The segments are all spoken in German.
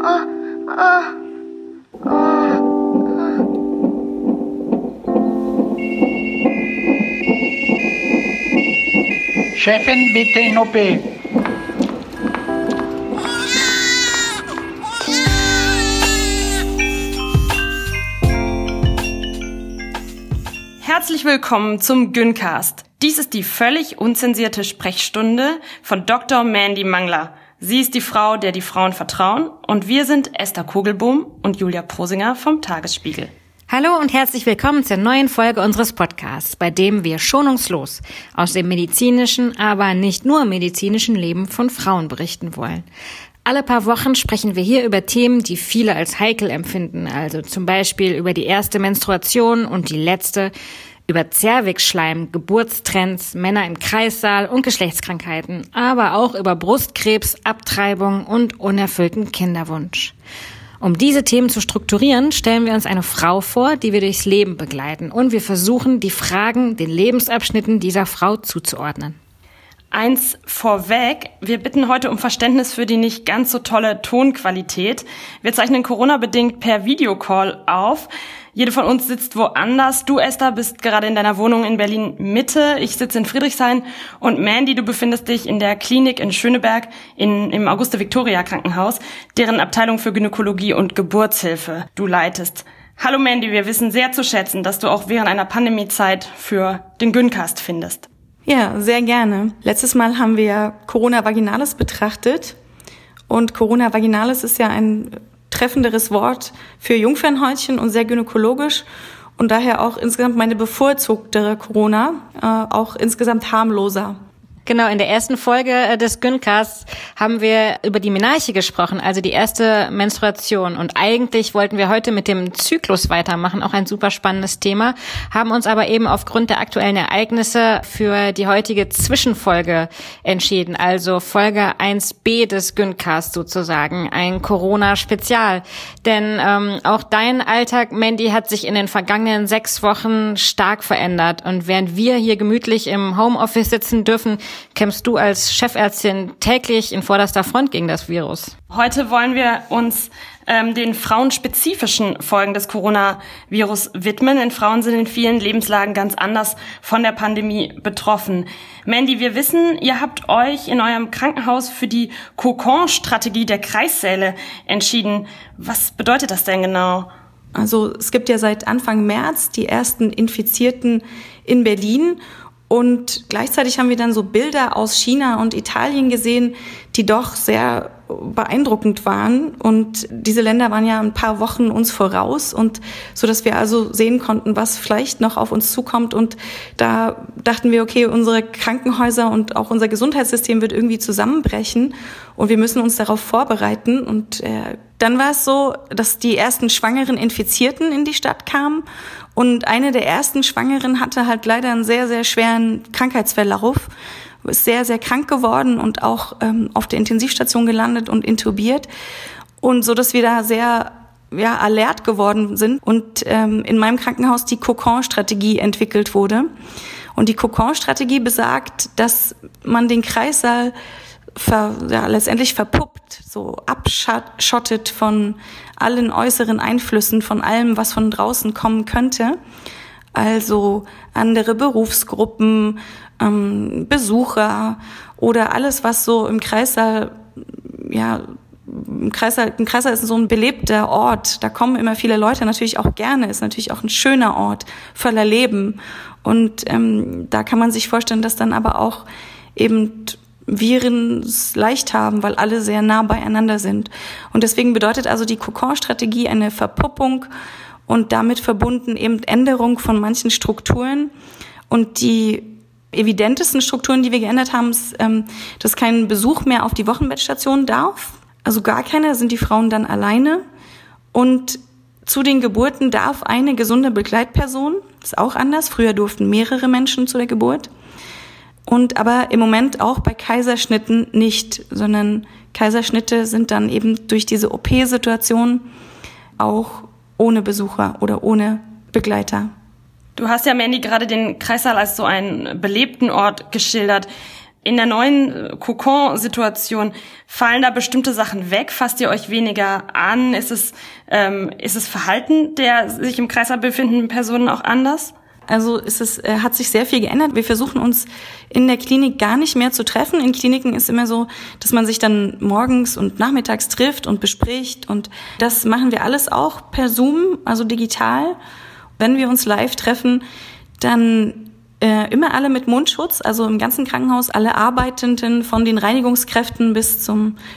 Chefin, bitte in OP. Herzlich willkommen zum Gyncast. Dies ist die völlig unzensierte Sprechstunde von Dr. Mandy Mangler. Sie ist die Frau, der die Frauen vertrauen, und wir sind Esther Kugelbohm und Julia Prosinger vom Tagesspiegel. Hallo und herzlich willkommen zur neuen Folge unseres Podcasts, bei dem wir schonungslos aus dem medizinischen, aber nicht nur medizinischen Leben von Frauen berichten wollen. Alle paar Wochen sprechen wir hier über Themen, die viele als heikel empfinden, also zum Beispiel über die erste Menstruation und die letzte, über Zervixschleim, Geburtstrends, Männer im Kreissaal und Geschlechtskrankheiten, aber auch über Brustkrebs, Abtreibung und unerfüllten Kinderwunsch. Um diese Themen zu strukturieren, stellen wir uns eine Frau vor, die wir durchs Leben begleiten, und wir versuchen, die Fragen den Lebensabschnitten dieser Frau zuzuordnen. Eins vorweg, wir bitten heute um Verständnis für die nicht ganz so tolle Tonqualität. Wir zeichnen Corona-bedingt per Videocall auf. Jede von uns sitzt woanders. Du, Esther, bist gerade in deiner Wohnung in Berlin-Mitte. Ich sitze in Friedrichshain. Und Mandy, du befindest dich in der Klinik in Schöneberg im Auguste-Victoria-Krankenhaus, deren Abteilung für Gynäkologie und Geburtshilfe du leitest. Hallo Mandy, wir wissen sehr zu schätzen, dass du auch während einer Pandemiezeit für den Gyncast findest. Ja, sehr gerne. Letztes Mal haben wir Corona Vaginalis betrachtet. Und Corona Vaginalis ist ja ein treffenderes Wort für Jungfernhäutchen und sehr gynäkologisch und daher auch insgesamt meine bevorzugtere Corona, auch insgesamt harmloser. Genau, in der ersten Folge des Gyncasts haben wir über die Menarche gesprochen, also die erste Menstruation. Und eigentlich wollten wir heute mit dem Zyklus weitermachen, auch ein super spannendes Thema, haben uns aber eben aufgrund der aktuellen Ereignisse für die heutige Zwischenfolge entschieden, also Folge 1b des Gyncasts sozusagen, ein Corona-Spezial. Denn auch dein Alltag, Mandy, hat sich in den vergangenen 6 Wochen stark verändert. Und während wir hier gemütlich im Homeoffice sitzen dürfen, kämpfst du als Chefärztin täglich in vorderster Front gegen das Virus. Heute wollen wir uns den frauenspezifischen Folgen des Coronavirus widmen, denn Frauen sind in vielen Lebenslagen ganz anders von der Pandemie betroffen. Mandy, wir wissen, ihr habt euch in eurem Krankenhaus für die Kokon-Strategie der Kreissäle entschieden. Was bedeutet das denn genau? Also es gibt ja seit Anfang März die ersten Infizierten in Berlin. Und gleichzeitig haben wir dann so Bilder aus China und Italien gesehen, die doch sehr beeindruckend waren. Und diese Länder waren ja ein paar Wochen uns voraus, und so dass wir also sehen konnten, was vielleicht noch auf uns zukommt. Und da dachten wir, okay, unsere Krankenhäuser und auch unser Gesundheitssystem wird irgendwie zusammenbrechen und wir müssen uns darauf vorbereiten. Und dann war es so, dass die ersten schwangeren Infizierten in die Stadt kamen. Und eine der ersten Schwangeren hatte halt leider einen sehr, sehr schweren Krankheitsverlauf, ist sehr, sehr krank geworden und auch auf der Intensivstation gelandet und intubiert. Und so, dass wir da sehr alert geworden sind und in meinem Krankenhaus die Kokon-Strategie entwickelt wurde. Und die Kokon-Strategie besagt, dass man den Kreissaal letztendlich verpuppt, so abschottet von allen äußeren Einflüssen, von allem, was von draußen kommen könnte. Also andere Berufsgruppen, Besucher oder alles, was so im Kreissaal, ein Kreissaal ist so ein belebter Ort. Da kommen immer viele Leute natürlich auch gerne, ist natürlich auch ein schöner Ort voller Leben. Und da kann man sich vorstellen, dass dann aber auch eben Viren es leicht haben, weil alle sehr nah beieinander sind. Und deswegen bedeutet also die Kokon-Strategie eine Verpuppung und damit verbunden eben Änderung von manchen Strukturen. Und die evidentesten Strukturen, die wir geändert haben, ist, dass kein Besuch mehr auf die Wochenbettstation darf. Also gar keiner, sind die Frauen dann alleine. Und zu den Geburten darf eine gesunde Begleitperson, das ist auch anders. Früher durften mehrere Menschen zu der Geburt. Und aber im Moment auch bei Kaiserschnitten nicht, sondern Kaiserschnitte sind dann eben durch diese OP-Situation auch ohne Besucher oder ohne Begleiter. Du hast ja, Mandy, gerade den Kreissaal als so einen belebten Ort geschildert. In der neuen Kokon-Situation fallen da bestimmte Sachen weg? Fasst ihr euch weniger an? Ist es Verhalten der sich im Kreislauf befindenden Personen auch anders? Also hat sich sehr viel geändert. Wir versuchen uns in der Klinik gar nicht mehr zu treffen. In Kliniken ist immer so, dass man sich dann morgens und nachmittags trifft und bespricht. Und das machen wir alles auch per Zoom, also digital. Wenn wir uns live treffen, dann immer alle mit Mundschutz, also im ganzen Krankenhaus, alle Arbeitenden von den Reinigungskräften bis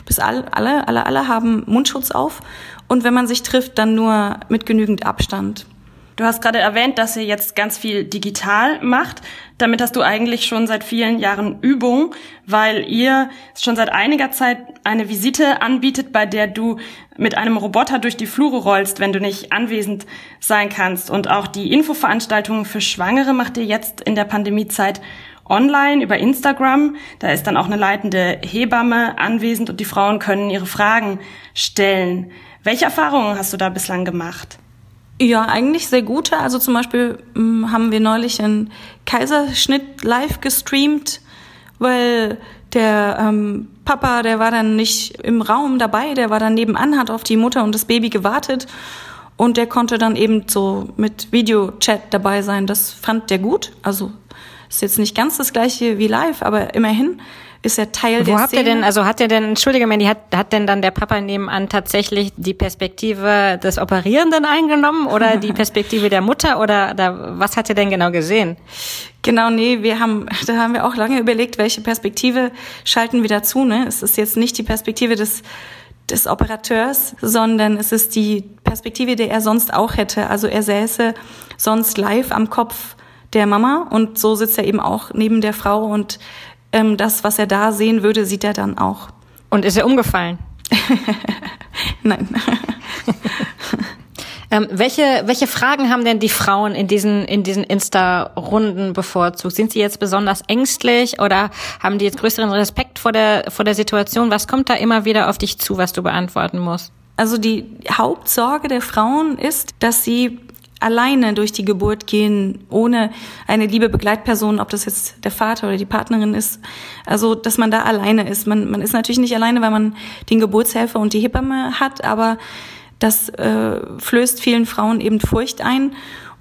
alle haben Mundschutz auf. Und wenn man sich trifft, dann nur mit genügend Abstand. Du hast gerade erwähnt, dass ihr jetzt ganz viel digital macht. Damit hast du eigentlich schon seit vielen Jahren Übung, weil ihr schon seit einiger Zeit eine Visite anbietet, bei der du mit einem Roboter durch die Flure rollst, wenn du nicht anwesend sein kannst. Und auch die Infoveranstaltungen für Schwangere macht ihr jetzt in der Pandemiezeit online über Instagram. Da ist dann auch eine leitende Hebamme anwesend und die Frauen können ihre Fragen stellen. Welche Erfahrungen hast du da bislang gemacht? Ja, eigentlich sehr gute. Also zum Beispiel haben wir neulich einen Kaiserschnitt live gestreamt, weil der Papa, der war dann nicht im Raum dabei, der war dann nebenan, hat auf die Mutter und das Baby gewartet und der konnte dann eben so mit Videochat dabei sein. Das fand der gut. Also ist jetzt nicht ganz das gleiche wie live, aber immerhin ist er Teil der Szene. Wo habt ihr denn, also hat denn dann der Papa nebenan tatsächlich die Perspektive des Operierenden eingenommen oder die Perspektive der Mutter oder was hat er denn genau gesehen? Genau, nee, da haben wir auch lange überlegt, welche Perspektive schalten wir dazu, ne? Es ist jetzt nicht die Perspektive des Operateurs, sondern es ist die Perspektive, die er sonst auch hätte. Also er säße sonst live am Kopf der Mama und so sitzt er eben auch neben der Frau und das, was er da sehen würde, sieht er dann auch. Und ist er umgefallen? Nein. Welche Fragen haben denn die Frauen in diesen Insta-Runden bevorzugt? Sind sie jetzt besonders ängstlich oder haben die jetzt größeren Respekt vor der Situation? Was kommt da immer wieder auf dich zu, was du beantworten musst? Also die Hauptsorge der Frauen ist, dass sie alleine durch die Geburt gehen, ohne eine liebe Begleitperson, ob das jetzt der Vater oder die Partnerin ist. Also, dass man da alleine ist. Man ist natürlich nicht alleine, weil man den Geburtshelfer und die Hebamme hat, aber das flößt vielen Frauen eben Furcht ein.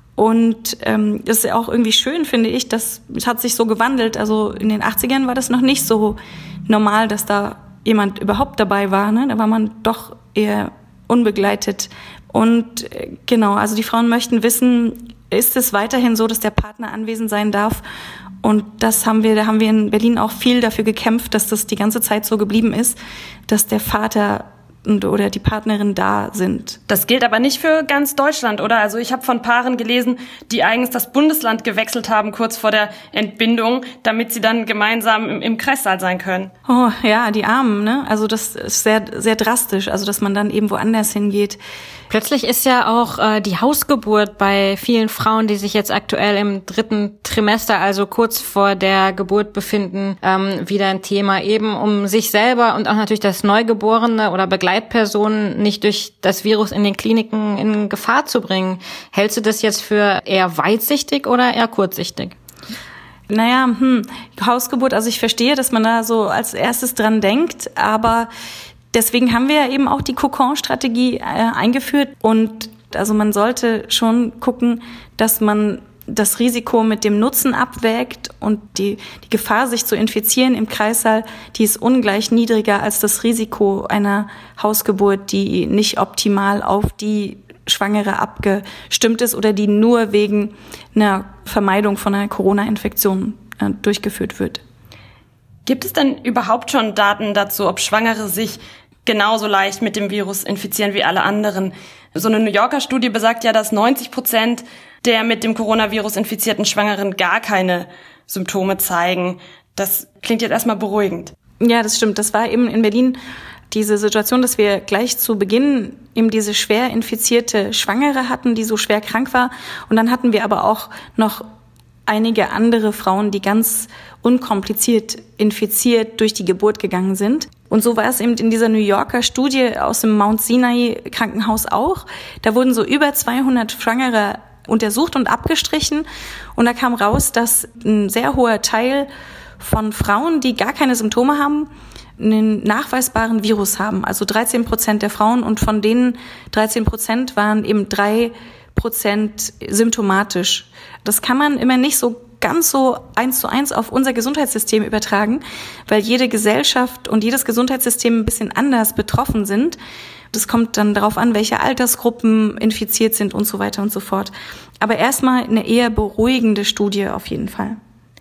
Und das ist ja auch irgendwie schön, finde ich. Das hat sich so gewandelt. Also in den 80ern war das noch nicht so normal, dass da jemand überhaupt dabei war. Ne? Da war man doch eher unbegleitet. Und genau, also die Frauen möchten wissen, ist es weiterhin so, dass der Partner anwesend sein darf? Und da haben wir in Berlin auch viel dafür gekämpft, dass das die ganze Zeit so geblieben ist, dass der Vater oder die Partnerin da sind. Das gilt aber nicht für ganz Deutschland, oder? Also ich habe von Paaren gelesen, die eigens das Bundesland gewechselt haben, kurz vor der Entbindung, damit sie dann gemeinsam im Kreissaal sein können. Oh ja, die Armen, ne? Also das ist sehr, sehr drastisch, also dass man dann eben woanders hingeht. Plötzlich ist ja auch die Hausgeburt bei vielen Frauen, die sich jetzt aktuell im 3. Trimester, also kurz vor der Geburt befinden, wieder ein Thema, eben um sich selber und auch natürlich das Neugeborene oder Begleitpersonen nicht durch das Virus in den Kliniken in Gefahr zu bringen. Hältst du das jetzt für eher weitsichtig oder eher kurzsichtig? Naja, Hausgeburt, also ich verstehe, dass man da so als erstes dran denkt, aber deswegen haben wir ja eben auch die Kokon-Strategie eingeführt und also man sollte schon gucken, dass man das Risiko mit dem Nutzen abwägt und die Gefahr, sich zu infizieren im Kreissaal, die ist ungleich niedriger als das Risiko einer Hausgeburt, die nicht optimal auf die Schwangere abgestimmt ist oder die nur wegen einer Vermeidung von einer Corona-Infektion durchgeführt wird. Gibt es denn überhaupt schon Daten dazu, ob Schwangere sich genauso leicht mit dem Virus infizieren wie alle anderen? So eine New Yorker Studie besagt ja, dass 90% der mit dem Coronavirus infizierten Schwangeren gar keine Symptome zeigen. Das klingt jetzt erstmal beruhigend. Ja, das stimmt. Das war eben in Berlin diese Situation, dass wir gleich zu Beginn eben diese schwer infizierte Schwangere hatten, die so schwer krank war. Und dann hatten wir aber auch noch einige andere Frauen, die ganz unkompliziert infiziert durch die Geburt gegangen sind. Und so war es eben in dieser New Yorker Studie aus dem Mount Sinai Krankenhaus auch. Da wurden so über 200 Schwangere untersucht und abgestrichen. Und da kam raus, dass ein sehr hoher Teil von Frauen, die gar keine Symptome haben, einen nachweisbaren Virus haben. Also 13% der Frauen, und von denen 13% waren eben 3% symptomatisch. Das kann man immer nicht so ganz so 1:1 auf unser Gesundheitssystem übertragen, weil jede Gesellschaft und jedes Gesundheitssystem ein bisschen anders betroffen sind. Das kommt dann darauf an, welche Altersgruppen infiziert sind und so weiter und so fort. Aber erstmal eine eher beruhigende Studie auf jeden Fall.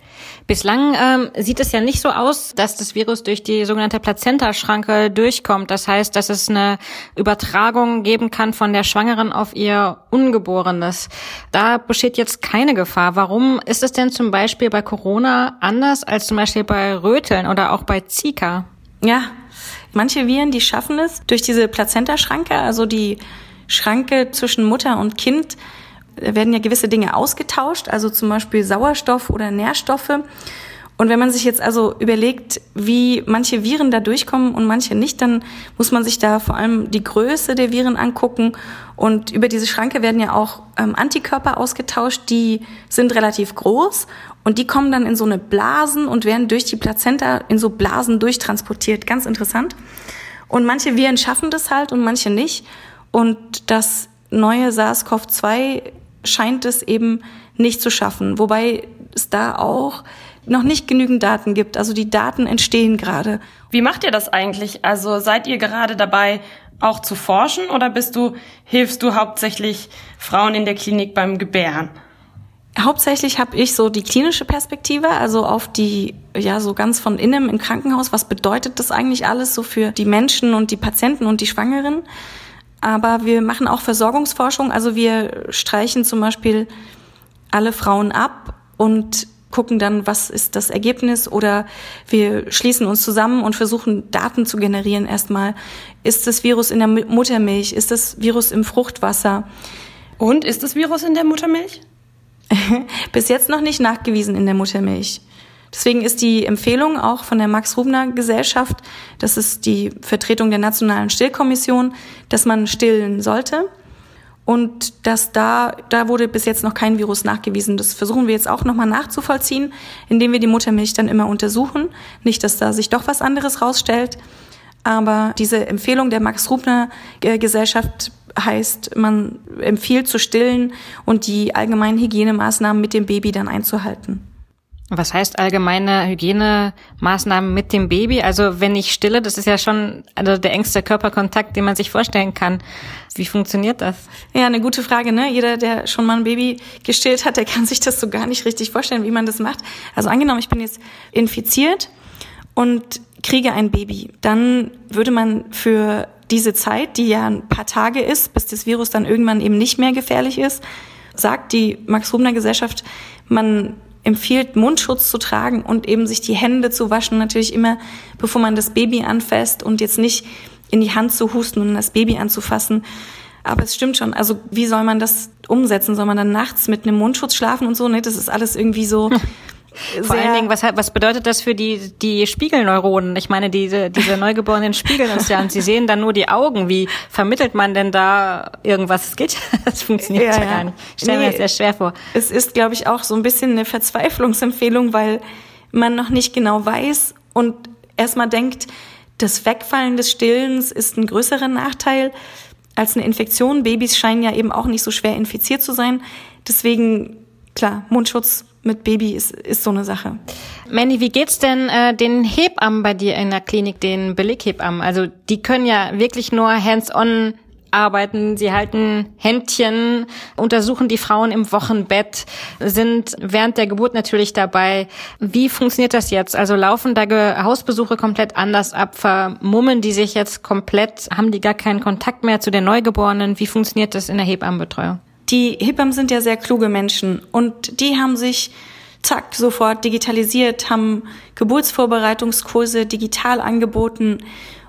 Bislang sieht es ja nicht so aus, dass das Virus durch die sogenannte Plazentaschranke durchkommt. Das heißt, dass es eine Übertragung geben kann von der Schwangeren auf ihr Ungeborenes. Da besteht jetzt keine Gefahr. Warum ist es denn zum Beispiel bei Corona anders als zum Beispiel bei Röteln oder auch bei Zika? Ja, manche Viren, die schaffen es durch diese Plazentaschranke, also die Schranke zwischen Mutter und Kind, werden ja gewisse Dinge ausgetauscht, also zum Beispiel Sauerstoff oder Nährstoffe. Und wenn man sich jetzt also überlegt, wie manche Viren da durchkommen und manche nicht, dann muss man sich da vor allem die Größe der Viren angucken. Und über diese Schranke werden ja auch Antikörper ausgetauscht, die sind relativ groß und die kommen dann in so eine Blasen und werden durch die Plazenta in so Blasen durchtransportiert. Ganz interessant. Und manche Viren schaffen das halt und manche nicht. Und das neue SARS-CoV-2 scheint es eben nicht zu schaffen, wobei es da auch noch nicht genügend Daten gibt. Also die Daten entstehen gerade. Wie macht ihr das eigentlich? Also seid ihr gerade dabei, auch zu forschen, oder hilfst du hauptsächlich Frauen in der Klinik beim Gebären? Hauptsächlich habe ich so die klinische Perspektive, also auf die, ja, so ganz von innen im Krankenhaus. Was bedeutet das eigentlich alles so für die Menschen und die Patienten und die Schwangeren? Aber wir machen auch Versorgungsforschung. Also wir streichen zum Beispiel alle Frauen ab und gucken dann, was ist das Ergebnis, oder wir schließen uns zusammen und versuchen, Daten zu generieren erstmal. Ist das Virus in der Muttermilch? Ist das Virus im Fruchtwasser? Und ist das Virus in der Muttermilch? Bis jetzt noch nicht nachgewiesen in der Muttermilch. Deswegen ist die Empfehlung auch von der Max-Rubner-Gesellschaft, das ist die Vertretung der Nationalen Stillkommission, dass man stillen sollte. Und dass da wurde bis jetzt noch kein Virus nachgewiesen. Das versuchen wir jetzt auch nochmal nachzuvollziehen, indem wir die Muttermilch dann immer untersuchen. Nicht, dass da sich doch was anderes rausstellt. Aber diese Empfehlung der Max-Rubner-Gesellschaft heißt, man empfiehlt zu stillen und die allgemeinen Hygienemaßnahmen mit dem Baby dann einzuhalten. Was heißt allgemeine Hygienemaßnahmen mit dem Baby? Also wenn ich stille, das ist ja schon der engste Körperkontakt, den man sich vorstellen kann. Wie funktioniert das? Ja, eine gute Frage, ne? Jeder, der schon mal ein Baby gestillt hat, der kann sich das so gar nicht richtig vorstellen, wie man das macht. Also angenommen, ich bin jetzt infiziert und kriege ein Baby. Dann würde man für diese Zeit, die ja ein paar Tage ist, bis das Virus dann irgendwann eben nicht mehr gefährlich ist, sagt die Max-Rubner-Gesellschaft, man empfiehlt, Mundschutz zu tragen und eben sich die Hände zu waschen, natürlich immer, bevor man das Baby anfasst, und jetzt nicht in die Hand zu husten und das Baby anzufassen. Aber es stimmt schon, also wie soll man das umsetzen? Soll man dann nachts mit einem Mundschutz schlafen und so? Ne, das ist alles irgendwie so... Vor allen Dingen, was bedeutet das für die Spiegelneuronen? Ich meine, diese Neugeborenen spiegeln uns ja und sie sehen dann nur die Augen. Wie vermittelt man denn da irgendwas? Das funktioniert ja gar nicht. Ich stelle mir das sehr schwer vor. Es ist, glaube ich, auch so ein bisschen eine Verzweiflungsempfehlung, weil man noch nicht genau weiß und erstmal denkt, das Wegfallen des Stillens ist ein größerer Nachteil als eine Infektion. Babys scheinen ja eben auch nicht so schwer infiziert zu sein. Deswegen, klar, Mundschutz mit Baby ist so eine Sache. Mandy, wie geht's denn den Hebammen bei dir in der Klinik, den Beleghebammen? Also die können ja wirklich nur hands-on arbeiten. Sie halten Händchen, untersuchen die Frauen im Wochenbett, sind während der Geburt natürlich dabei. Wie funktioniert das jetzt? Also laufen da Hausbesuche komplett anders ab? Vermummen die sich jetzt komplett? Haben die gar keinen Kontakt mehr zu den Neugeborenen? Wie funktioniert das in der Hebammenbetreuung? Die Hebammen sind ja sehr kluge Menschen und die haben sich sofort digitalisiert, haben Geburtsvorbereitungskurse digital angeboten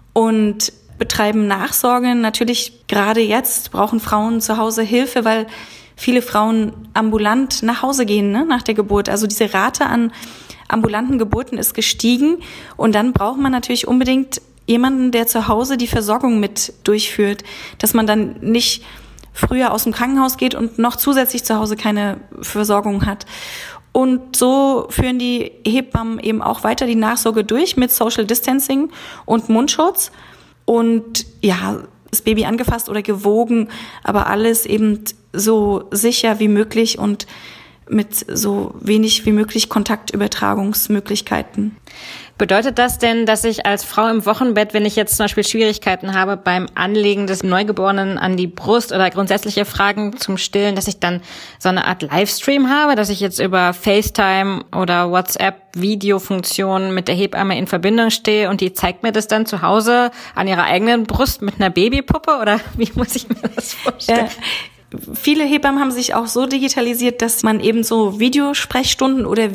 und betreiben Nachsorge. Natürlich gerade jetzt brauchen Frauen zu Hause Hilfe, weil viele Frauen ambulant nach Hause gehen, ne, nach der Geburt. Also diese Rate an ambulanten Geburten ist gestiegen und dann braucht man natürlich unbedingt jemanden, der zu Hause die Versorgung mit durchführt, dass man dann nicht früher aus dem Krankenhaus geht und noch zusätzlich zu Hause keine Versorgung hat. Und so führen die Hebammen eben auch weiter die Nachsorge durch mit Social Distancing und Mundschutz. Und ja, das Baby angefasst oder gewogen, aber alles eben so sicher wie möglich und mit so wenig wie möglich Kontaktübertragungsmöglichkeiten. Bedeutet das denn, dass ich als Frau im Wochenbett, wenn ich jetzt zum Beispiel Schwierigkeiten habe beim Anlegen des Neugeborenen an die Brust oder grundsätzliche Fragen zum Stillen, dass ich dann so eine Art Livestream habe, dass ich jetzt über FaceTime oder WhatsApp Videofunktionen mit der Hebamme in Verbindung stehe und die zeigt mir das dann zu Hause an ihrer eigenen Brust mit einer Babypuppe, oder wie muss ich mir das vorstellen? Viele Hebammen haben sich auch so digitalisiert, dass man eben so Videosprechstunden oder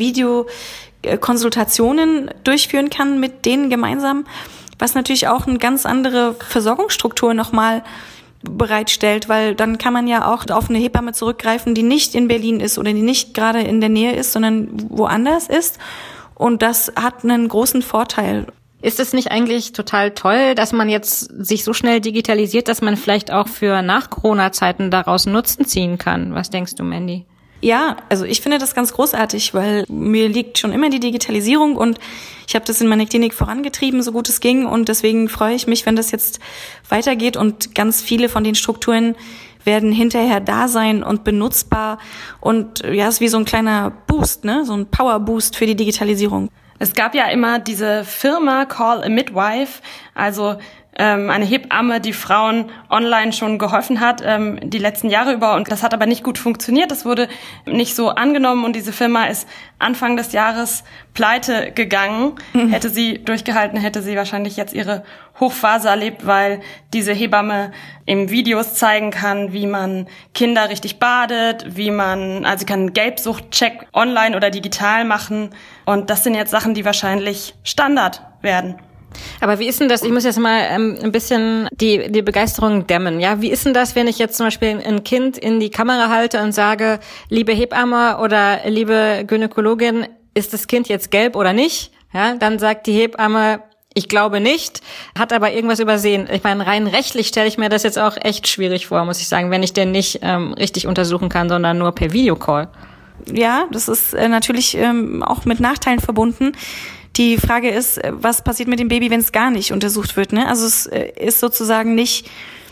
Videokonsultationen durchführen kann mit denen gemeinsam, was natürlich auch eine ganz andere Versorgungsstruktur nochmal bereitstellt, weil dann kann man ja auch auf eine Hebamme zurückgreifen, die nicht in Berlin ist oder die nicht gerade in der Nähe ist, sondern woanders ist. Und das hat einen großen Vorteil. Ist es nicht eigentlich total toll, dass man jetzt sich so schnell digitalisiert, dass man vielleicht auch für Nach-Corona-Zeiten daraus Nutzen ziehen kann? Was denkst du, Mandy? Ja, also ich finde das ganz großartig, weil mir liegt schon immer die Digitalisierung und ich habe das in meiner Klinik vorangetrieben, so gut es ging. Und deswegen freue ich mich, wenn das jetzt weitergeht und ganz viele von den Strukturen werden hinterher da sein und benutzbar. Und ja, es ist wie so ein kleiner Boost, ne? So ein Power-Boost für die Digitalisierung. Es gab ja immer diese Firma Call a Midwife, also eine Hebamme, die Frauen online schon geholfen hat, die letzten Jahre über. Und das hat aber nicht gut funktioniert. Das wurde nicht so angenommen und diese Firma ist Anfang des Jahres pleite gegangen. Hätte sie durchgehalten, hätte sie wahrscheinlich jetzt ihre Hochphase erlebt, weil diese Hebamme im Videos zeigen kann, wie man Kinder richtig badet, sie kann einen Gelbsuchtcheck online oder digital machen. Und das sind jetzt Sachen, die wahrscheinlich Standard werden. Aber wie ist denn das? Ich muss jetzt mal ein bisschen die Begeisterung dämmen. Ja, wie ist denn das, wenn ich jetzt zum Beispiel ein Kind in die Kamera halte und sage, liebe Hebamme oder liebe Gynäkologin, ist das Kind jetzt gelb oder nicht? Ja, dann sagt die Hebamme, ich glaube nicht, hat aber irgendwas übersehen. Ich meine, rein rechtlich stelle ich mir das jetzt auch echt schwierig vor, muss ich sagen, wenn ich den nicht richtig untersuchen kann, sondern nur per Videocall. Ja, das ist natürlich auch mit Nachteilen verbunden. Die Frage ist, was passiert mit dem Baby, wenn es gar nicht untersucht wird, ne? Also es ist sozusagen nicht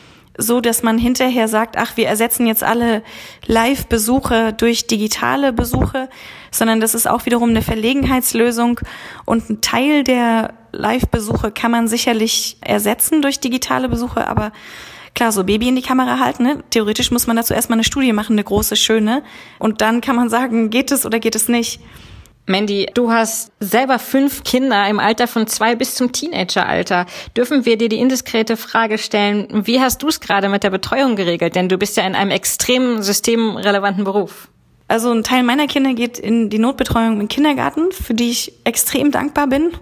so, dass man hinterher sagt, ach, wir ersetzen jetzt alle Live-Besuche durch digitale Besuche, sondern das ist auch wiederum eine Verlegenheitslösung und ein Teil der Live-Besuche kann man sicherlich ersetzen durch digitale Besuche, aber klar, so Baby in die Kamera halten, ne? Theoretisch muss man dazu erstmal eine Studie machen, eine große, schöne, und dann kann man sagen, geht es oder geht es nicht. Mandy, du hast selber 5 Kinder im Alter von 2 bis zum Teenageralter. Dürfen wir dir die indiskrete Frage stellen, wie hast du es gerade mit der Betreuung geregelt? Denn du bist ja in einem extrem systemrelevanten Beruf. Also ein Teil meiner Kinder geht in die Notbetreuung im Kindergarten, für die ich extrem dankbar bin.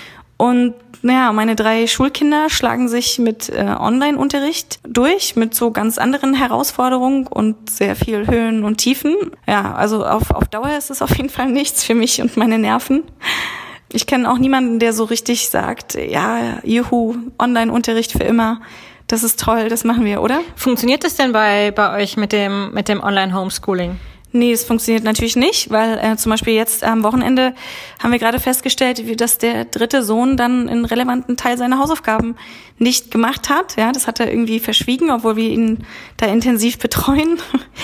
Und naja, meine 3 Schulkinder schlagen sich mit Online-Unterricht durch, mit so ganz anderen Herausforderungen und sehr viel Höhen und Tiefen. Ja, also auf Dauer ist es auf jeden Fall nichts für mich und meine Nerven. Ich kenne auch niemanden, der so richtig sagt, ja, juhu, Online-Unterricht für immer. Das ist toll, das machen wir, oder? Funktioniert das denn bei euch mit dem Online-Homeschooling? Nee, es funktioniert natürlich nicht, weil zum Beispiel jetzt am Wochenende haben wir gerade festgestellt, dass der 3. Sohn dann einen relevanten Teil seiner Hausaufgaben nicht gemacht hat. Ja, das hat er irgendwie verschwiegen, obwohl wir ihn da intensiv betreuen.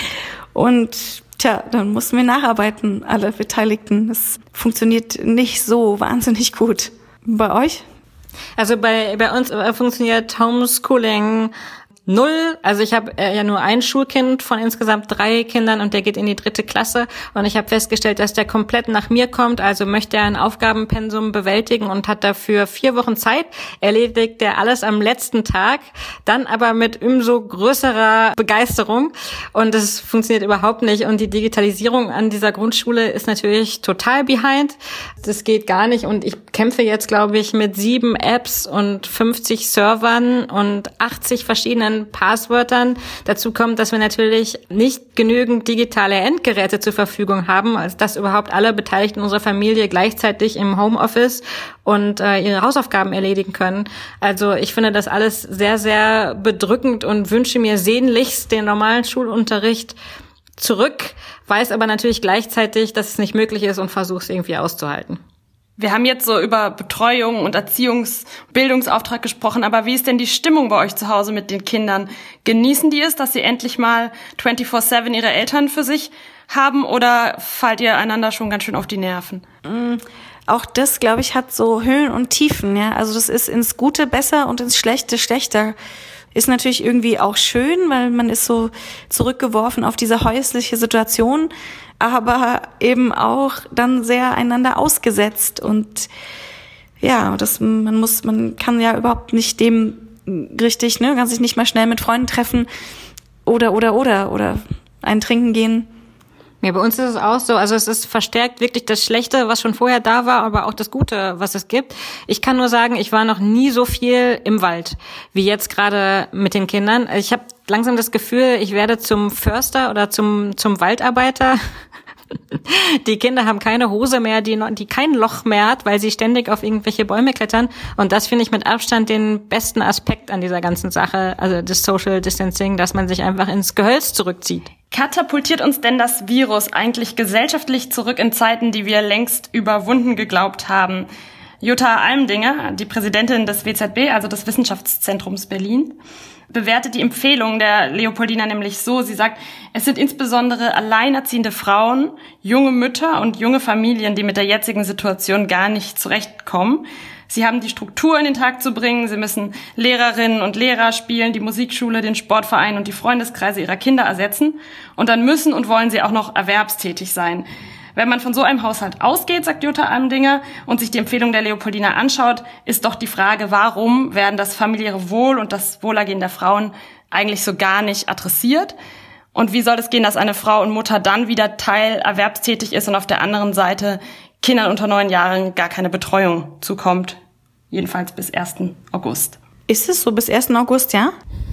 Und dann mussten wir nacharbeiten, alle Beteiligten. Das funktioniert nicht so wahnsinnig gut. Bei euch? Also bei uns funktioniert Homeschooling 0. Also ich habe ja nur ein Schulkind von insgesamt 3 Kindern und der geht in die 3. Klasse und ich habe festgestellt, dass der komplett nach mir kommt, also möchte er ein Aufgabenpensum bewältigen und hat dafür 4 Wochen Zeit, erledigt er alles am letzten Tag, dann aber mit umso größerer Begeisterung und es funktioniert überhaupt nicht und die Digitalisierung an dieser Grundschule ist natürlich total behind, das geht gar nicht und ich kämpfe jetzt, glaube ich, mit 7 Apps und 50 Servern und 80 verschiedenen Passwörtern. Dazu kommt, dass wir natürlich nicht genügend digitale Endgeräte zur Verfügung haben, als dass überhaupt alle Beteiligten unserer Familie gleichzeitig im Homeoffice und ihre Hausaufgaben erledigen können. Also ich finde das alles sehr, sehr bedrückend und wünsche mir sehnlichst den normalen Schulunterricht zurück, weiß aber natürlich gleichzeitig, dass es nicht möglich ist und versuche es irgendwie auszuhalten. Wir haben jetzt so über Betreuung und Bildungsauftrag gesprochen, aber wie ist denn die Stimmung bei euch zu Hause mit den Kindern? Genießen die es, dass sie endlich mal 24/7 ihre Eltern für sich haben, oder fallt ihr einander schon ganz schön auf die Nerven? Auch das, glaube ich, hat so Höhen und Tiefen, ja. Also das ist ins Gute besser und ins Schlechte schlechter. Ist natürlich irgendwie auch schön, weil man ist so zurückgeworfen auf diese häusliche Situation, aber eben auch dann sehr einander ausgesetzt. Und ja, man kann ja überhaupt nicht dem richtig, ne, kann sich nicht mal schnell mit Freunden treffen oder ein Trinken gehen. Ja, bei uns ist es auch so, also es ist verstärkt wirklich das Schlechte, was schon vorher da war, aber auch das Gute, was es gibt. Ich kann nur sagen, ich war noch nie so viel im Wald, wie jetzt gerade mit den Kindern. Ich habe langsam das Gefühl, ich werde zum Förster oder zum Waldarbeiter. Die Kinder haben keine Hose mehr, die kein Loch mehr hat, weil sie ständig auf irgendwelche Bäume klettern. Und das finde ich mit Abstand den besten Aspekt an dieser ganzen Sache, also das Social Distancing, dass man sich einfach ins Gehölz zurückzieht. Katapultiert uns denn das Virus eigentlich gesellschaftlich zurück in Zeiten, die wir längst überwunden geglaubt haben? Jutta Almdinger, die Präsidentin des WZB, also des Wissenschaftszentrums Berlin, bewertet die Empfehlung der Leopoldina nämlich so. Sie sagt, es sind insbesondere alleinerziehende Frauen, junge Mütter und junge Familien, die mit der jetzigen Situation gar nicht zurechtkommen. Sie haben die Struktur in den Tag zu bringen. Sie müssen Lehrerinnen und Lehrer spielen, die Musikschule, den Sportverein und die Freundeskreise ihrer Kinder ersetzen. Und dann müssen und wollen sie auch noch erwerbstätig sein. Wenn man von so einem Haushalt ausgeht, sagt Jutta Almdinger, und sich die Empfehlung der Leopoldina anschaut, ist doch die Frage, warum werden das familiäre Wohl und das Wohlergehen der Frauen eigentlich so gar nicht adressiert? Und wie soll es gehen, dass eine Frau und Mutter dann wieder teilerwerbstätig ist und auf der anderen Seite Kindern unter 9 Jahren gar keine Betreuung zukommt? Jedenfalls bis 1. August. Ist es so bis 1. August, ja?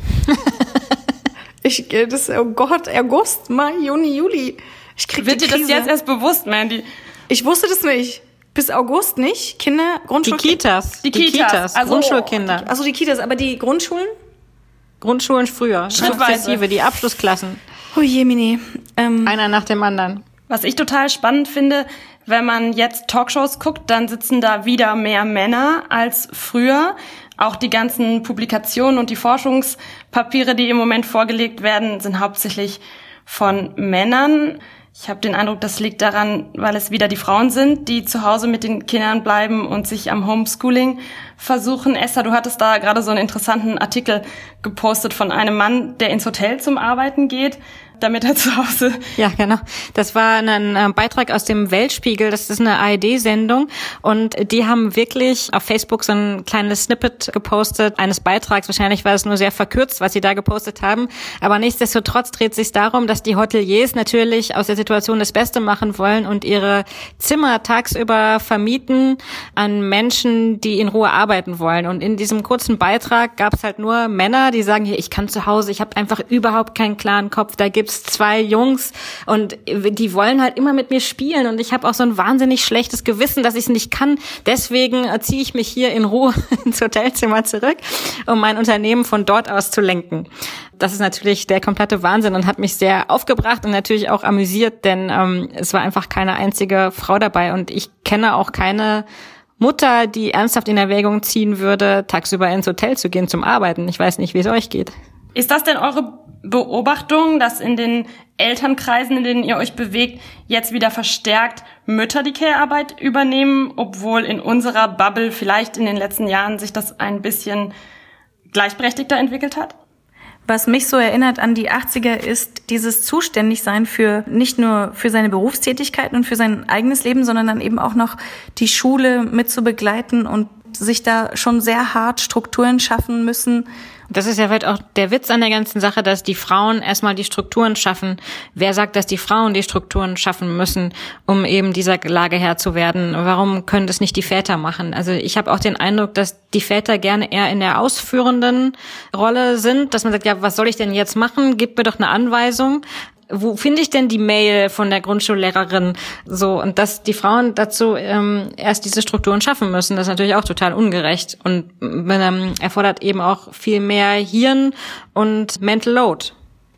Oh Gott, August, Mai, Juni, Juli. Wird dir das jetzt erst bewusst, Mandy? Ich wusste das nicht. Bis August nicht? Kinder, Grundschulkinder? Die Kitas. Also, Grundschulkinder. Also die Kitas, aber die Grundschulen? Grundschulen früher. Schrittweise. Die Abschlussklassen. Oh Jemine. Einer nach dem anderen. Was ich total spannend finde, wenn man jetzt Talkshows guckt, dann sitzen da wieder mehr Männer als früher. Auch die ganzen Publikationen und die Forschungspapiere, die im Moment vorgelegt werden, sind hauptsächlich von Männern. Ich habe den Eindruck, das liegt daran, weil es wieder die Frauen sind, die zu Hause mit den Kindern bleiben und sich am Homeschooling versuchen. Esther, du hattest da gerade so einen interessanten Artikel gepostet von einem Mann, der ins Hotel zum Arbeiten geht, damit er zu Hause... Ja, genau. Das war ein Beitrag aus dem Weltspiegel. Das ist eine ARD-Sendung. Und die haben wirklich auf Facebook so ein kleines Snippet gepostet eines Beitrags. Wahrscheinlich war es nur sehr verkürzt, was sie da gepostet haben. Aber nichtsdestotrotz dreht es sich darum, dass die Hoteliers natürlich aus der Situation das Beste machen wollen und ihre Zimmer tagsüber vermieten an Menschen, die in Ruhe arbeiten wollen. Und in diesem kurzen Beitrag gab es halt nur Männer, die sagen, hier, ich kann zu Hause, ich habe einfach überhaupt keinen klaren Kopf. Da gibt's 2 Jungs und die wollen halt immer mit mir spielen und ich habe auch so ein wahnsinnig schlechtes Gewissen, dass ich es nicht kann. Deswegen ziehe ich mich hier in Ruhe ins Hotelzimmer zurück, um mein Unternehmen von dort aus zu lenken. Das ist natürlich der komplette Wahnsinn und hat mich sehr aufgebracht und natürlich auch amüsiert, denn es war einfach keine einzige Frau dabei und ich kenne auch keine Mutter, die ernsthaft in Erwägung ziehen würde, tagsüber ins Hotel zu gehen zum Arbeiten. Ich weiß nicht, wie es euch geht. Ist das denn eure Beobachtung, dass in den Elternkreisen, in denen ihr euch bewegt, jetzt wieder verstärkt Mütter die Care-Arbeit übernehmen, obwohl in unserer Bubble vielleicht in den letzten Jahren sich das ein bisschen gleichberechtigter entwickelt hat? Was mich so erinnert an die 80er ist dieses Zuständigsein für nicht nur für seine Berufstätigkeiten und für sein eigenes Leben, sondern dann eben auch noch die Schule mit zu begleiten und sich da schon sehr hart Strukturen schaffen müssen. Das ist ja vielleicht auch der Witz an der ganzen Sache, dass die Frauen erstmal die Strukturen schaffen. Wer sagt, dass die Frauen die Strukturen schaffen müssen, um eben dieser Lage Herr zu werden? Warum können das nicht die Väter machen? Also ich habe auch den Eindruck, dass die Väter gerne eher in der ausführenden Rolle sind, dass man sagt, ja, was soll ich denn jetzt machen? Gib mir doch eine Anweisung. Wo finde ich denn die Mail von der Grundschullehrerin? So, und dass die Frauen dazu erst diese Strukturen schaffen müssen, das ist natürlich auch total ungerecht und erfordert eben auch viel mehr Hirn und Mental Load.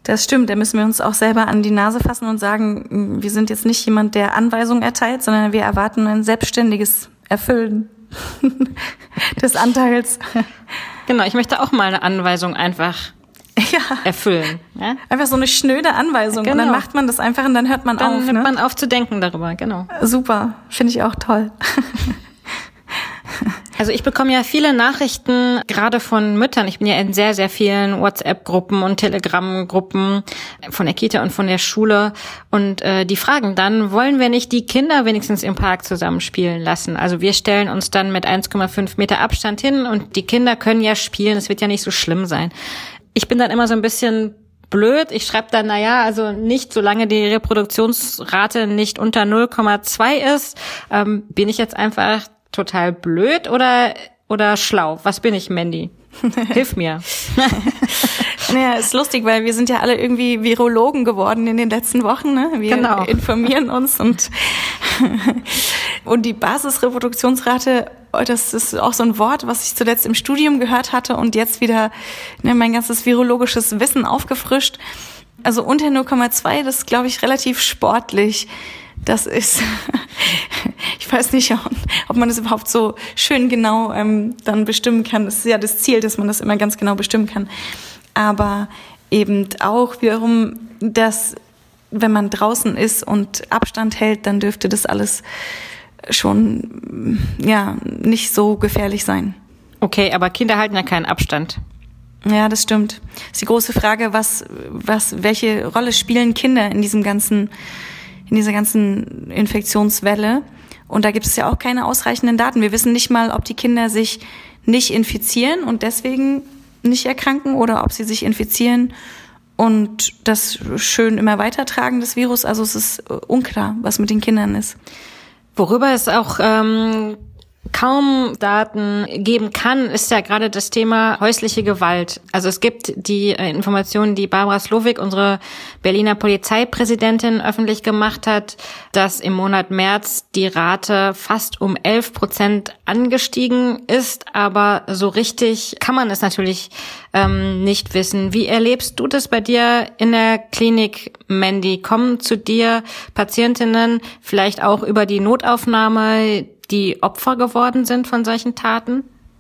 Das stimmt, da müssen wir uns auch selber an die Nase fassen und sagen, wir sind jetzt nicht jemand, der Anweisungen erteilt, sondern wir erwarten ein selbstständiges Erfüllen des Anteils. Genau, ich möchte auch mal eine Anweisung einfach erfüllen. Ja? Einfach so eine schnöde Anweisung. Genau. Und dann macht man das einfach und dann hört man auf. Dann hört man auf zu denken darüber, genau. Super, finde ich auch toll. Also ich bekomme ja viele Nachrichten, gerade von Müttern. Ich bin ja in sehr, sehr vielen WhatsApp-Gruppen und Telegram-Gruppen von der Kita und von der Schule. Und die fragen dann, wollen wir nicht die Kinder wenigstens im Park zusammenspielen lassen? Also wir stellen uns dann mit 1,5 Meter Abstand hin und die Kinder können ja spielen. Es wird ja nicht so schlimm sein. Ich bin dann immer so ein bisschen blöd. Ich schreibe dann, also nicht, solange die Reproduktionsrate nicht unter 0,2 ist, bin ich jetzt einfach total blöd oder schlau? Was bin ich, Mandy? Hilf mir. Naja, ist lustig, weil wir sind ja alle irgendwie Virologen geworden in den letzten Wochen. Ne? Wir informieren uns und die Basisreproduktionsrate, das ist auch so ein Wort, was ich zuletzt im Studium gehört hatte und jetzt wieder mein ganzes virologisches Wissen aufgefrischt. Also unter 0,2, das ist, glaube ich, relativ sportlich. Das ist, ich weiß nicht, ob man das überhaupt so schön genau dann bestimmen kann. Das ist ja das Ziel, dass man das immer ganz genau bestimmen kann. Aber eben auch wiederum, dass wenn man draußen ist und Abstand hält, dann dürfte das alles schon nicht so gefährlich sein. Okay, aber Kinder halten ja keinen Abstand. Ja, das stimmt. Das ist die große Frage, welche Rolle spielen Kinder in dieser ganzen Infektionswelle. Und da gibt es ja auch keine ausreichenden Daten. Wir wissen nicht mal, ob die Kinder sich nicht infizieren und deswegen nicht erkranken oder ob sie sich infizieren und das schön immer weitertragen, das Virus. Also es ist unklar, was mit den Kindern ist. Worüber es auch kaum Daten geben kann, ist ja gerade das Thema häusliche Gewalt. Also es gibt die Informationen, die Barbara Slowik, unsere Berliner Polizeipräsidentin, öffentlich gemacht hat, dass im Monat März die Rate fast um 11% angestiegen ist. Aber so richtig kann man es natürlich nicht wissen. Wie erlebst du das bei dir in der Klinik, Mandy? Kommen zu dir Patientinnen vielleicht auch über die Notaufnahme, die Opfer geworden sind von solchen Taten?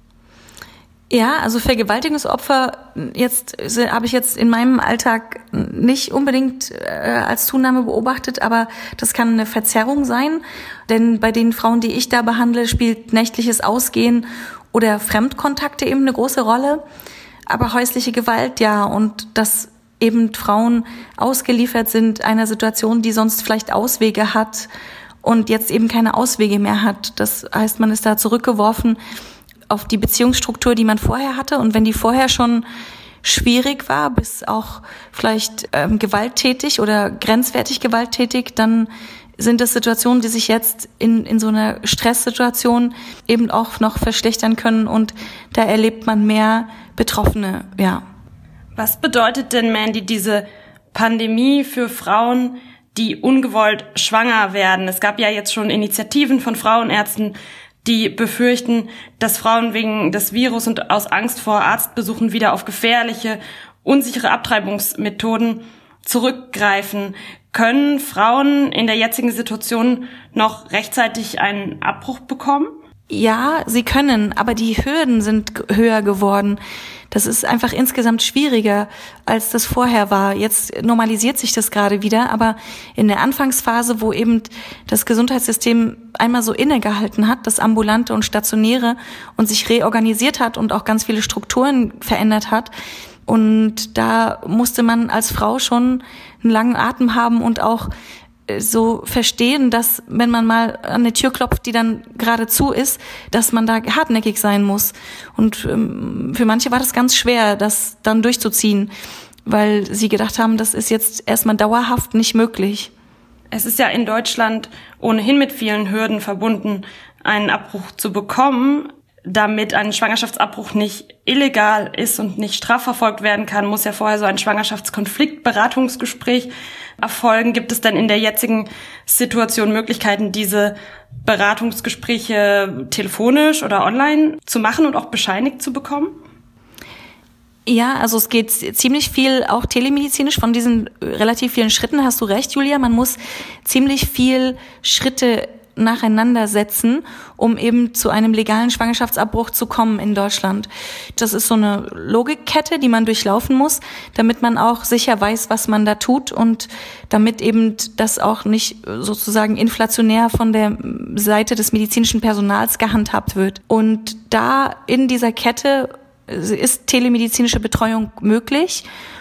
Ja, also Vergewaltigungsopfer habe ich jetzt in meinem Alltag nicht unbedingt als Zunahme beobachtet, aber das kann eine Verzerrung sein, denn bei den Frauen, die ich da behandle, spielt nächtliches Ausgehen oder Fremdkontakte eben eine große Rolle, aber häusliche Gewalt ja, und dass eben Frauen ausgeliefert sind einer Situation, die sonst vielleicht Auswege hat und jetzt eben keine Auswege mehr hat. Das heißt, man ist da zurückgeworfen auf die Beziehungsstruktur, die man vorher hatte. Und wenn die vorher schon schwierig war, bis auch vielleicht gewalttätig oder grenzwertig gewalttätig, dann sind das Situationen, die sich jetzt in so einer Stresssituation eben auch noch verschlechtern können. Und da erlebt man mehr Betroffene, ja. Was bedeutet denn, Mandy, diese Pandemie für Frauen, die ungewollt schwanger werden? Es gab ja jetzt schon Initiativen von Frauenärzten, die befürchten, dass Frauen wegen des Virus und aus Angst vor Arztbesuchen wieder auf gefährliche, unsichere Abtreibungsmethoden zurückgreifen. Können Frauen in der jetzigen Situation noch rechtzeitig einen Abbruch bekommen? Ja, sie können, aber die Hürden sind höher geworden. Das ist einfach insgesamt schwieriger, als das vorher war. Jetzt normalisiert sich das gerade wieder, aber in der Anfangsphase, wo eben das Gesundheitssystem einmal so innegehalten hat, das Ambulante und Stationäre, und sich reorganisiert hat und auch ganz viele Strukturen verändert hat, und da musste man als Frau schon einen langen Atem haben und auch so verstehen, dass wenn man mal an eine Tür klopft, die dann gerade zu ist, dass man da hartnäckig sein muss. Und für manche war das ganz schwer, das dann durchzuziehen, weil sie gedacht haben, das ist jetzt erstmal dauerhaft nicht möglich. Es ist ja in Deutschland ohnehin mit vielen Hürden verbunden, einen Abbruch zu bekommen. Damit ein Schwangerschaftsabbruch nicht illegal ist und nicht strafverfolgt werden kann, muss ja vorher so ein Schwangerschaftskonfliktberatungsgespräch erfolgen. Gibt es denn in der jetzigen Situation Möglichkeiten, diese Beratungsgespräche telefonisch oder online zu machen und auch bescheinigt zu bekommen? Ja, also es geht ziemlich viel auch telemedizinisch. Von diesen relativ vielen Schritten hast du recht, Julia. Man muss ziemlich viel Schritte nacheinander setzen, um eben zu einem legalen Schwangerschaftsabbruch zu kommen in Deutschland. Das ist so eine Logikkette, die man durchlaufen muss, damit man auch sicher weiß, was man da tut und damit eben das auch nicht sozusagen inflationär von der Seite des medizinischen Personals gehandhabt wird. Und da in dieser Kette ist telemedizinische Betreuung möglich.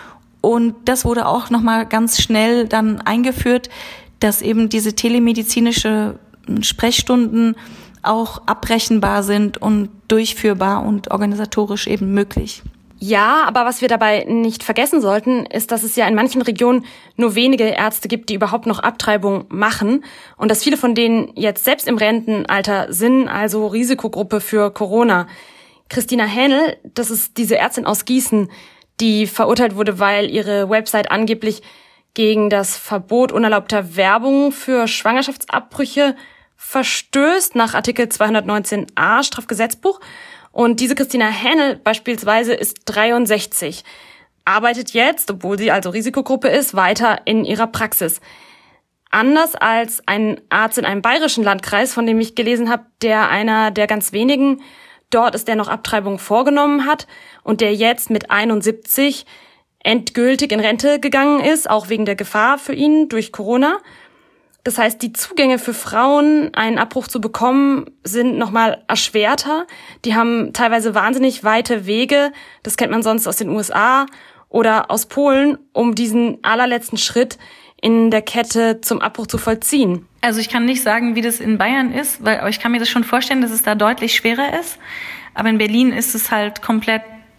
Und das wurde auch nochmal ganz schnell dann eingeführt, dass eben diese telemedizinische Sprechstunden auch abrechenbar sind und durchführbar und organisatorisch eben möglich. Ja, aber was wir dabei nicht vergessen sollten, ist, dass es ja in manchen Regionen nur wenige Ärzte gibt, die überhaupt noch Abtreibung machen und dass viele von denen jetzt selbst im Rentenalter sind, also Risikogruppe für Corona. Christina Hähnel, das ist diese Ärztin aus Gießen, die verurteilt wurde, weil ihre Website angeblich gegen das Verbot unerlaubter Werbung für Schwangerschaftsabbrüche verstößt nach Artikel 219a Strafgesetzbuch. Und diese Christina Hähnel beispielsweise ist 63, arbeitet jetzt, obwohl sie also Risikogruppe ist, weiter in ihrer Praxis. Anders als ein Arzt in einem bayerischen Landkreis, von dem ich gelesen habe, der einer der ganz wenigen dort ist, der noch Abtreibungen vorgenommen hat und der jetzt mit 71 endgültig in Rente gegangen ist, auch wegen der Gefahr für ihn durch Corona. Das heißt, die Zugänge für Frauen, einen Abbruch zu bekommen, sind nochmal erschwerter. Die haben teilweise wahnsinnig weite Wege, das kennt man sonst aus den USA oder aus Polen, um diesen allerletzten Schritt in der Kette zum Abbruch zu vollziehen. Also ich kann nicht sagen, wie das in Bayern ist, aber ich kann mir das schon vorstellen, dass es da deutlich schwerer ist. Aber in Berlin ist es halt komplett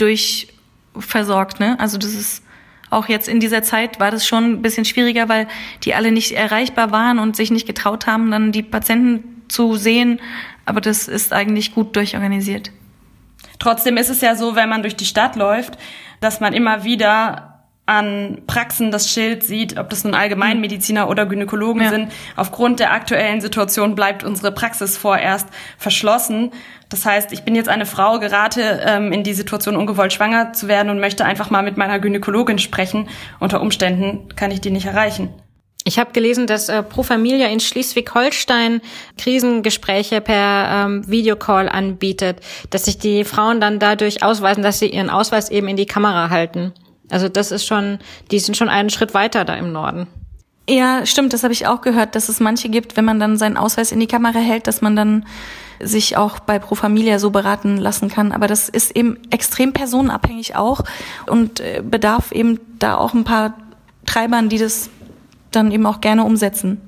durchversorgt, ne? Also das ist auch jetzt in dieser Zeit war das schon ein bisschen schwieriger, weil die alle nicht erreichbar waren und sich nicht getraut haben, dann die Patienten zu sehen. Aber das ist eigentlich gut durchorganisiert. Trotzdem ist es ja so, wenn man durch die Stadt läuft, dass man immer wieder an Praxen das Schild sieht, ob das nun Allgemeinmediziner oder Gynäkologen sind. Aufgrund der aktuellen Situation bleibt unsere Praxis vorerst verschlossen. Das heißt, ich bin jetzt eine Frau, gerate in die Situation, ungewollt schwanger zu werden und möchte einfach mal mit meiner Gynäkologin sprechen. Unter Umständen kann ich die nicht erreichen. Ich habe gelesen, dass Pro Familia in Schleswig-Holstein Krisengespräche per Videocall anbietet, dass sich die Frauen dann dadurch ausweisen, dass sie ihren Ausweis eben in die Kamera halten. Also das ist schon, die sind schon einen Schritt weiter da im Norden. Ja, stimmt, das habe ich auch gehört, dass es manche gibt, wenn man dann seinen Ausweis in die Kamera hält, dass man dann sich auch bei Pro Familia so beraten lassen kann. Aber das ist eben extrem personenabhängig auch und bedarf eben da auch ein paar Treibern, die das dann eben auch gerne umsetzen.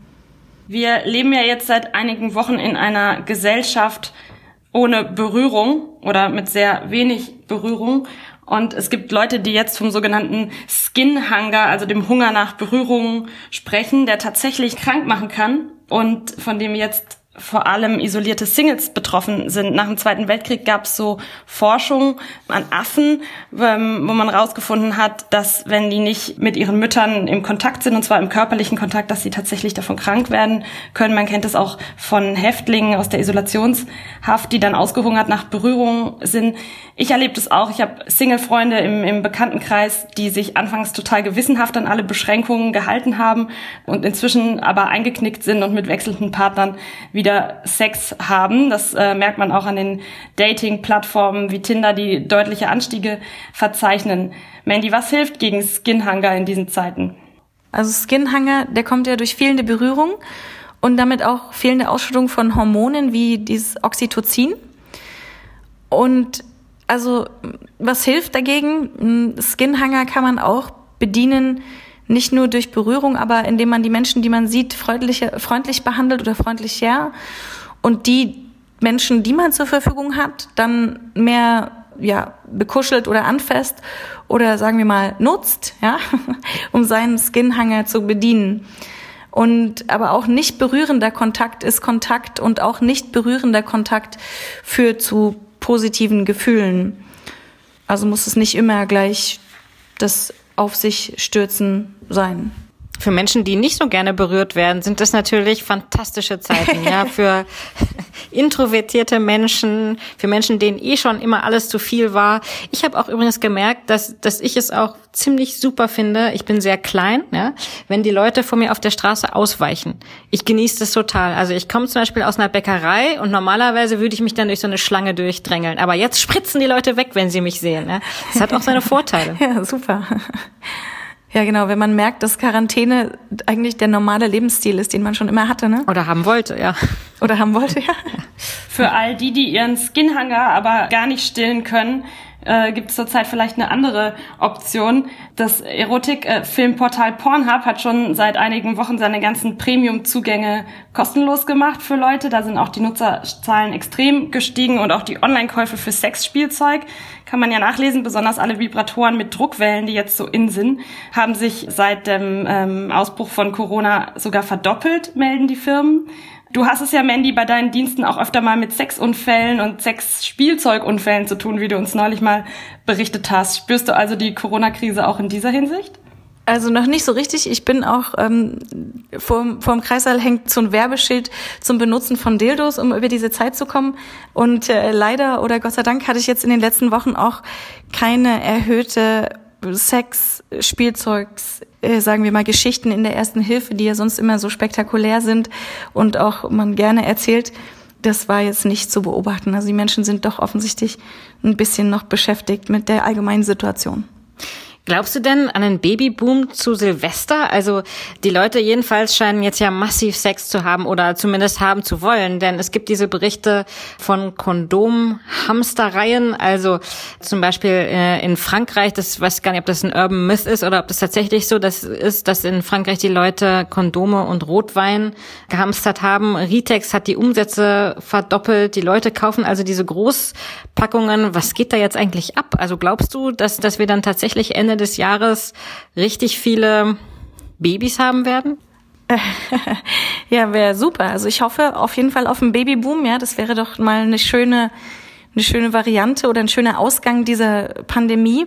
Wir leben ja jetzt seit einigen Wochen in einer Gesellschaft ohne Berührung oder mit sehr wenig Berührung. Und es gibt Leute, die jetzt vom sogenannten Skin Hunger, also dem Hunger nach Berührung, sprechen, der tatsächlich krank machen kann und von dem jetzt vor allem isolierte Singles betroffen sind. Nach dem Zweiten Weltkrieg gab es so Forschung an Affen, wo man rausgefunden hat, dass wenn die nicht mit ihren Müttern im Kontakt sind, und zwar im körperlichen Kontakt, dass sie tatsächlich davon krank werden können. Man kennt es auch von Häftlingen aus der Isolationshaft, die dann ausgehungert nach Berührung sind. Ich erlebe das auch. Ich habe Single-Freunde im Bekanntenkreis, die sich anfangs total gewissenhaft an alle Beschränkungen gehalten haben und inzwischen aber eingeknickt sind und mit wechselnden Partnern wieder Sex haben. Das merkt man auch an den Dating-Plattformen wie Tinder, die deutliche Anstiege verzeichnen. Mandy, was hilft gegen Skin Hunger in diesen Zeiten? Also Skin Hunger, der kommt ja durch fehlende Berührung und damit auch fehlende Ausschüttung von Hormonen wie dieses Oxytocin. Und also was hilft dagegen? Skin Hunger kann man auch bedienen, nicht nur durch Berührung, aber indem man die Menschen, die man sieht, freundlich behandelt oder freundlicher und die Menschen, die man zur Verfügung hat, dann mehr bekuschelt oder anfasst oder sagen wir mal nutzt, um seinen Skin Hunger zu bedienen. Und aber auch nicht berührender Kontakt ist Kontakt und auch nicht berührender Kontakt führt zu positiven Gefühlen. Also muss es nicht immer gleich das auf sich stürzen sein. Für Menschen, die nicht so gerne berührt werden, sind das natürlich fantastische Zeiten, ja, für introvertierte Menschen, für Menschen, denen schon immer alles zu viel war. Ich habe auch übrigens gemerkt, dass ich es auch ziemlich super finde. Ich bin sehr klein, ja, wenn die Leute vor mir auf der Straße ausweichen. Ich genieße das total. Also ich komme zum Beispiel aus einer Bäckerei und normalerweise würde ich mich dann durch so eine Schlange durchdrängeln. Aber jetzt spritzen die Leute weg, wenn sie mich sehen. Ja. Das hat auch seine Vorteile. Ja, super. Ja, genau, wenn man merkt, dass Quarantäne eigentlich der normale Lebensstil ist, den man schon immer hatte, ne? Oder haben wollte, ja. Für all die ihren Skinhanger aber gar nicht stillen können, gibt es zurzeit vielleicht eine andere Option. Das Erotik-Filmportal Pornhub hat schon seit einigen Wochen seine ganzen Premium-Zugänge kostenlos gemacht für Leute. Da sind auch die Nutzerzahlen extrem gestiegen und auch die Online-Käufe für Sexspielzeug. Kann man ja nachlesen, besonders alle Vibratoren mit Druckwellen, die jetzt so in sind, haben sich seit dem Ausbruch von Corona sogar verdoppelt, melden die Firmen. Du hast es ja, Mandy, bei deinen Diensten auch öfter mal mit Sexunfällen und Sexspielzeugunfällen zu tun, wie du uns neulich mal berichtet hast. Spürst du also die Corona-Krise auch in dieser Hinsicht? Also noch nicht so richtig. Ich bin auch, vorm Kreissaal hängt so ein Werbeschild zum Benutzen von Dildos, um über diese Zeit zu kommen. Und leider oder Gott sei Dank hatte ich jetzt in den letzten Wochen auch keine erhöhte Sex-Spielzeugs, sagen wir mal, Geschichten in der Ersten Hilfe, die ja sonst immer so spektakulär sind und auch man gerne erzählt. Das war jetzt nicht zu beobachten. Also die Menschen sind doch offensichtlich ein bisschen noch beschäftigt mit der allgemeinen Situation. Glaubst du denn an einen Babyboom zu Silvester? Also die Leute jedenfalls scheinen jetzt ja massiv Sex zu haben oder zumindest haben zu wollen, denn es gibt diese Berichte von Kondomhamstereien, also zum Beispiel in Frankreich, das weiß gar nicht, ob das ein Urban Myth ist oder ob das tatsächlich so ist, dass in Frankreich die Leute Kondome und Rotwein gehamstert haben. Ritex hat die Umsätze verdoppelt, die Leute kaufen also diese Großpackungen. Was geht da jetzt eigentlich ab? Also glaubst du, dass wir dann tatsächlich Ende des Jahres richtig viele Babys haben werden? Ja, wäre super. Also ich hoffe auf jeden Fall auf einen Babyboom. Ja, das wäre doch mal eine schöne Variante oder ein schöner Ausgang dieser Pandemie.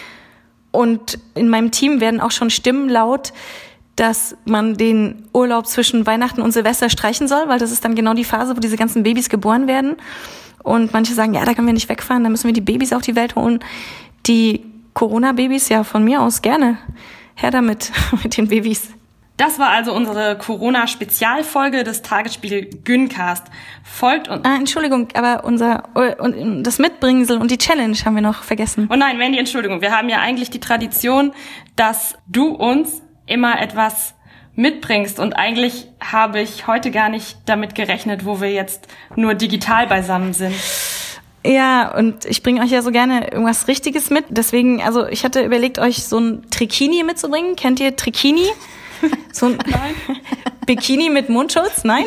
Und in meinem Team werden auch schon Stimmen laut, dass man den Urlaub zwischen Weihnachten und Silvester streichen soll, weil das ist dann genau die Phase, wo diese ganzen Babys geboren werden. Und manche sagen, ja, da können wir nicht wegfahren, da müssen wir die Babys auf die Welt holen. Die Corona-Babys, ja, von mir aus gerne. Her damit, mit den Babys. Das war also unsere Corona-Spezialfolge des Tagesspiegel Gyncast. Folgt uns. Entschuldigung, aber das Mitbringsel und die Challenge haben wir noch vergessen. Oh nein, Mandy, Entschuldigung. Wir haben ja eigentlich die Tradition, dass du uns immer etwas mitbringst. Und eigentlich habe ich heute gar nicht damit gerechnet, wo wir jetzt nur digital beisammen sind. Ja, und ich bringe euch ja so gerne irgendwas Richtiges mit. Deswegen, also ich hatte überlegt, euch so ein Trikini mitzubringen. Kennt ihr Trikini? So ein Bikini mit Mundschutz? Nein?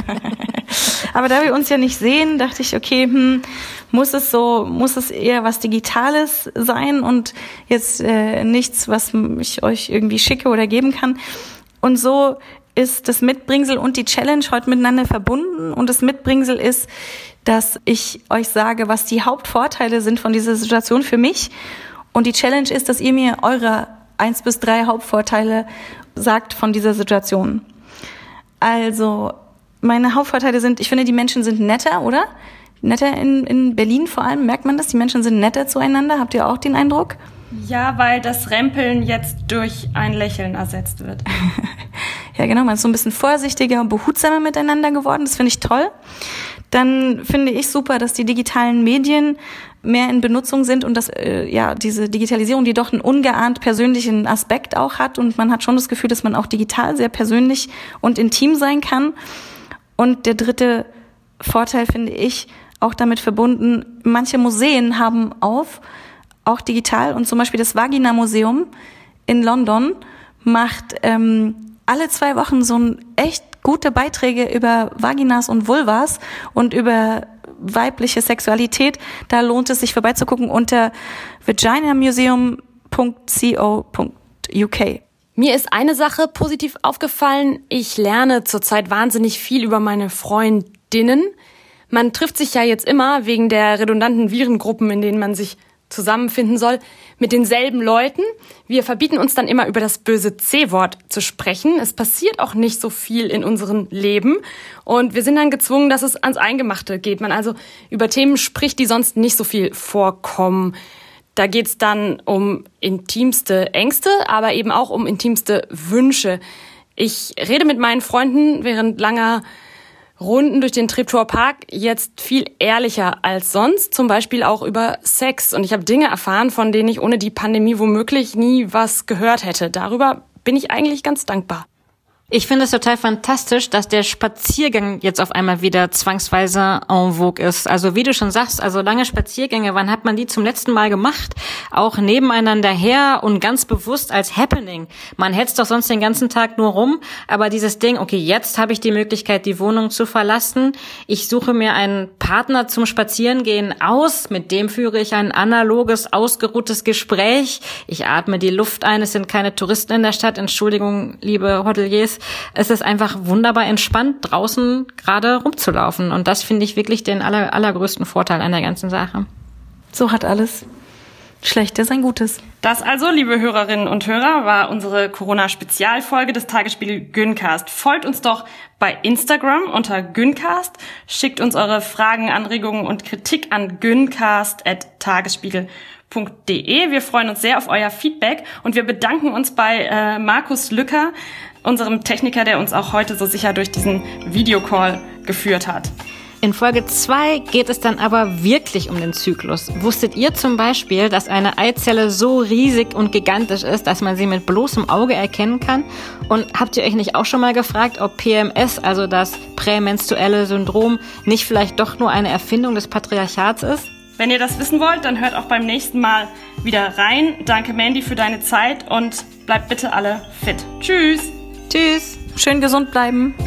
Aber da wir uns ja nicht sehen, dachte ich, okay, muss es eher was Digitales sein und jetzt nichts, was ich euch irgendwie schicke oder geben kann. Und so ist das Mitbringsel und die Challenge heute miteinander verbunden. Und das Mitbringsel ist, dass ich euch sage, was die Hauptvorteile sind von dieser Situation für mich. Und die Challenge ist, dass ihr mir eure 1 bis 3 Hauptvorteile sagt von dieser Situation. Also, meine Hauptvorteile sind, ich finde, die Menschen sind netter, oder? Netter in Berlin vor allem, merkt man das? Die Menschen sind netter zueinander. Habt ihr auch den Eindruck? Ja, weil das Rempeln jetzt durch ein Lächeln ersetzt wird. Ja, genau, man ist so ein bisschen vorsichtiger und behutsamer miteinander geworden. Das finde ich toll. Dann finde ich super, dass die digitalen Medien mehr in Benutzung sind und dass diese Digitalisierung, die doch einen ungeahnt persönlichen Aspekt auch hat und man hat schon das Gefühl, dass man auch digital sehr persönlich und intim sein kann. Und der dritte Vorteil finde ich auch damit verbunden, manche Museen haben auch digital, und zum Beispiel das Vagina-Museum in London macht alle 2 Wochen so ein echt gute Beiträge über Vaginas und Vulvas und über weibliche Sexualität. Da lohnt es sich vorbeizugucken unter vaginamuseum.co.uk. Mir ist eine Sache positiv aufgefallen. Ich lerne zurzeit wahnsinnig viel über meine Freundinnen. Man trifft sich ja jetzt immer wegen der redundanten Virengruppen, in denen man sich zusammenfinden soll, mit denselben Leuten. Wir verbieten uns dann immer über das böse C-Wort zu sprechen. Es passiert auch nicht so viel in unserem Leben und wir sind dann gezwungen, dass es ans Eingemachte geht. Man also über Themen spricht, die sonst nicht so viel vorkommen. Da geht's dann um intimste Ängste, aber eben auch um intimste Wünsche. Ich rede mit meinen Freunden während langer Runden durch den Treptower Park jetzt viel ehrlicher als sonst, zum Beispiel auch über Sex. Und ich habe Dinge erfahren, von denen ich ohne die Pandemie womöglich nie was gehört hätte. Darüber bin ich eigentlich ganz dankbar. Ich finde es total fantastisch, dass der Spaziergang jetzt auf einmal wieder zwangsweise en vogue ist. Also wie du schon sagst, also lange Spaziergänge, wann hat man die zum letzten Mal gemacht? Auch nebeneinander her und ganz bewusst als Happening. Man hetzt doch sonst den ganzen Tag nur rum, aber dieses Ding, okay, jetzt habe ich die Möglichkeit, die Wohnung zu verlassen. Ich suche mir einen Partner zum Spazierengehen aus, mit dem führe ich ein analoges, ausgeruhtes Gespräch. Ich atme die Luft ein, es sind keine Touristen in der Stadt. Entschuldigung, liebe Hoteliers. Es ist einfach wunderbar entspannt, draußen gerade rumzulaufen. Und das finde ich wirklich den allergrößten Vorteil an der ganzen Sache. So hat alles Schlechtes ein Gutes. Das also, liebe Hörerinnen und Hörer, war unsere Corona-Spezialfolge des Tagesspiegel Gyncast. Folgt uns doch bei Instagram unter Gyncast. Schickt uns eure Fragen, Anregungen und Kritik an gyncast@tagesspiegel.de. Wir freuen uns sehr auf euer Feedback und wir bedanken uns bei Markus Lücker, unserem Techniker, der uns auch heute so sicher durch diesen Videocall geführt hat. In Folge 2 geht es dann aber wirklich um den Zyklus. Wusstet ihr zum Beispiel, dass eine Eizelle so riesig und gigantisch ist, dass man sie mit bloßem Auge erkennen kann? Und habt ihr euch nicht auch schon mal gefragt, ob PMS, also das prämenstruelle Syndrom, nicht vielleicht doch nur eine Erfindung des Patriarchats ist? Wenn ihr das wissen wollt, dann hört auch beim nächsten Mal wieder rein. Danke, Mandy, für deine Zeit und bleibt bitte alle fit. Tschüss! Tschüss! Schön gesund bleiben!